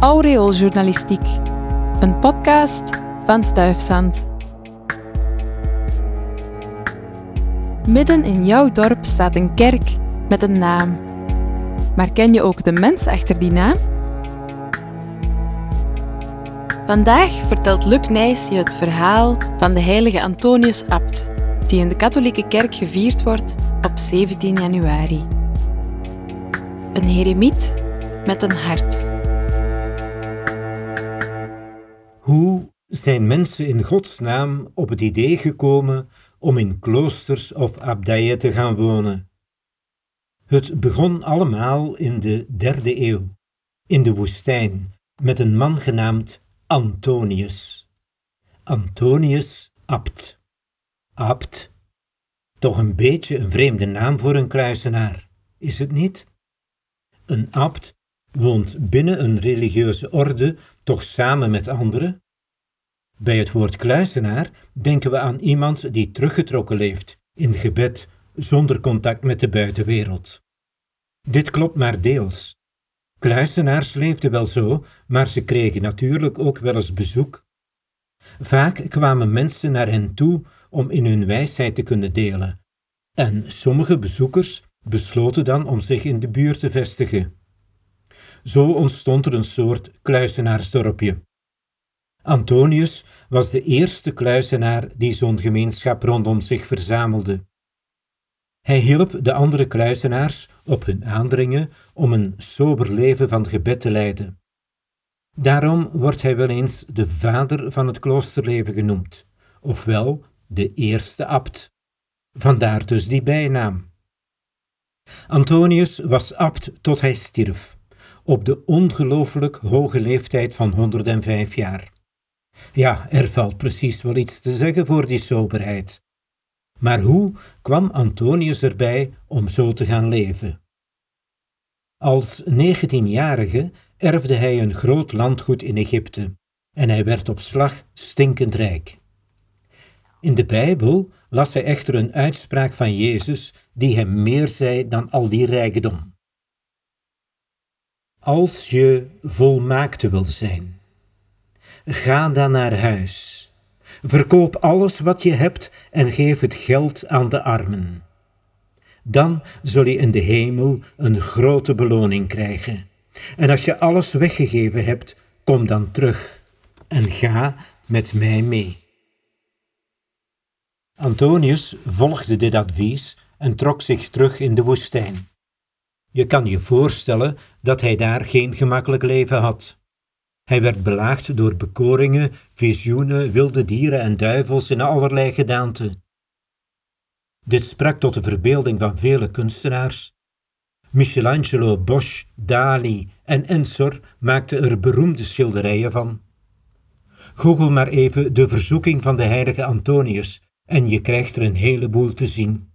Aureooljournalistiek, een podcast van Stuifzand. Midden in jouw dorp staat een kerk met een naam. Maar ken je ook de mens achter die naam? Vandaag vertelt Luc Nijs je het verhaal van de heilige Antonius Abt, die in de katholieke kerk gevierd wordt op 17 januari. Een heremiet met een hart. Hoe zijn mensen in Gods naam op het idee gekomen om in kloosters of abdijen te gaan wonen? Het begon allemaal in de 3e eeuw, in de woestijn, met een man genaamd Antonius. Antonius Abt. Abt? Toch een beetje een vreemde naam voor een kluizenaar, is het niet? Een abt woont binnen een religieuze orde, toch samen met anderen? Bij het woord kluizenaar denken we aan iemand die teruggetrokken leeft, in gebed, zonder contact met de buitenwereld. Dit klopt maar deels. Kluizenaars leefden wel zo, maar ze kregen natuurlijk ook wel eens bezoek. Vaak kwamen mensen naar hen toe om in hun wijsheid te kunnen delen, en sommige bezoekers besloten dan om zich in de buurt te vestigen. Zo ontstond er een soort kluizenaarsdorpje. Antonius was de eerste kluizenaar die zo'n gemeenschap rondom zich verzamelde. Hij hielp de andere kluizenaars op hun aandringen om een sober leven van gebed te leiden. Daarom wordt hij wel eens de vader van het kloosterleven genoemd, ofwel de eerste abt. Vandaar dus die bijnaam. Antonius was abt tot hij stierf, op de ongelooflijk hoge leeftijd van 105 jaar. Ja, er valt precies wel iets te zeggen voor die soberheid. Maar hoe kwam Antonius erbij om zo te gaan leven? Als 19-jarige erfde hij een groot landgoed in Egypte en hij werd op slag stinkend rijk. In de Bijbel las hij echter een uitspraak van Jezus die hem meer zei dan al die rijkdom. Als je volmaakt wil zijn, ga dan naar huis. Verkoop alles wat je hebt en geef het geld aan de armen. Dan zul je in de hemel een grote beloning krijgen. En als je alles weggegeven hebt, kom dan terug en ga met mij mee. Antonius volgde dit advies en trok zich terug in de woestijn. Je kan je voorstellen dat hij daar geen gemakkelijk leven had. Hij werd belaagd door bekoringen, visioenen, wilde dieren en duivels in allerlei gedaanten. Dit sprak tot de verbeelding van vele kunstenaars. Michelangelo, Bosch, Dali en Ensor maakten er beroemde schilderijen van. Google maar even de verzoeking van de heilige Antonius en je krijgt er een heleboel te zien.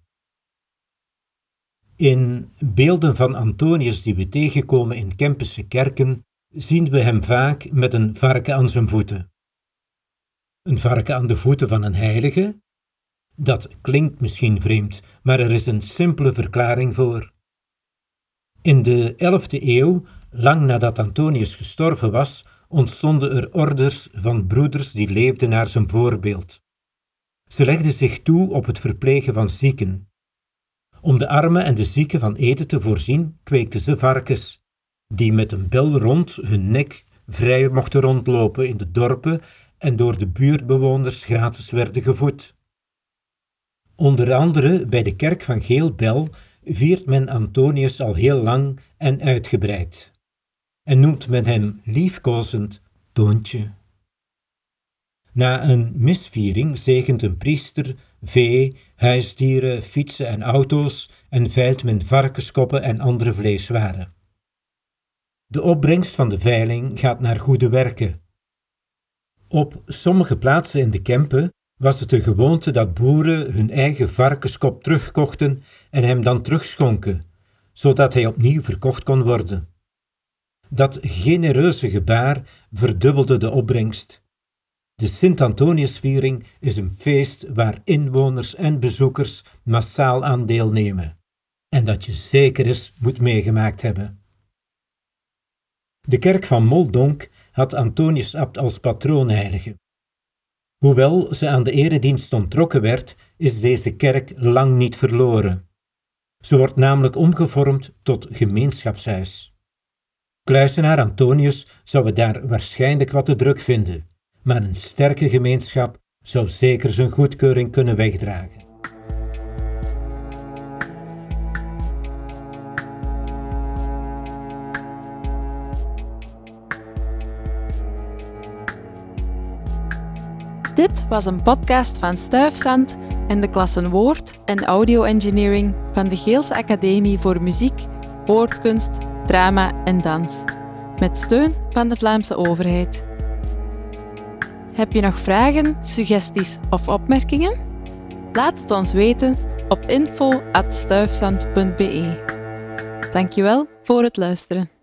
In beelden van Antonius die we tegenkomen in Kempische kerken zien we hem vaak met een varken aan zijn voeten. Een varken aan de voeten van een heilige? Dat klinkt misschien vreemd, maar er is een simpele verklaring voor. In de 11e eeuw, lang nadat Antonius gestorven was, ontstonden er orders van broeders die leefden naar zijn voorbeeld. Ze legden zich toe op het verplegen van zieken. Om de armen en de zieken van eten te voorzien, kweekten ze varkens, die met een bel rond hun nek vrij mochten rondlopen in de dorpen en door de buurtbewoners gratis werden gevoed. Onder andere bij de kerk van Geelbel viert men Antonius al heel lang en uitgebreid en noemt men hem liefkozend Toontje. Na een misviering zegent een priester vee, huisdieren, fietsen en auto's en veilt men varkenskoppen en andere vleeswaren. De opbrengst van de veiling gaat naar goede werken. Op sommige plaatsen in de Kempen was het de gewoonte dat boeren hun eigen varkenskop terugkochten en hem dan terugschonken, zodat hij opnieuw verkocht kon worden. Dat genereuze gebaar verdubbelde de opbrengst. De Sint-Antoniusviering is een feest waar inwoners en bezoekers massaal aan deelnemen en dat je zeker eens moet meegemaakt hebben. De kerk van Moldonk had Antonius Abt als patroonheilige. Hoewel ze aan de eredienst onttrokken werd, is deze kerk lang niet verloren. Ze wordt namelijk omgevormd tot gemeenschapshuis. Kluizenaar Antonius zou het daar waarschijnlijk wat te druk vinden, maar een sterke gemeenschap zou zeker zijn goedkeuring kunnen wegdragen. Dit was een podcast van Stuifzand en de klassen Woord en Audio Engineering van de Geelse Academie voor Muziek, Woordkunst, Drama en Dans, met steun van de Vlaamse overheid. Heb je nog vragen, suggesties of opmerkingen? Laat het ons weten op info@stuifzand.be. Dankjewel voor het luisteren.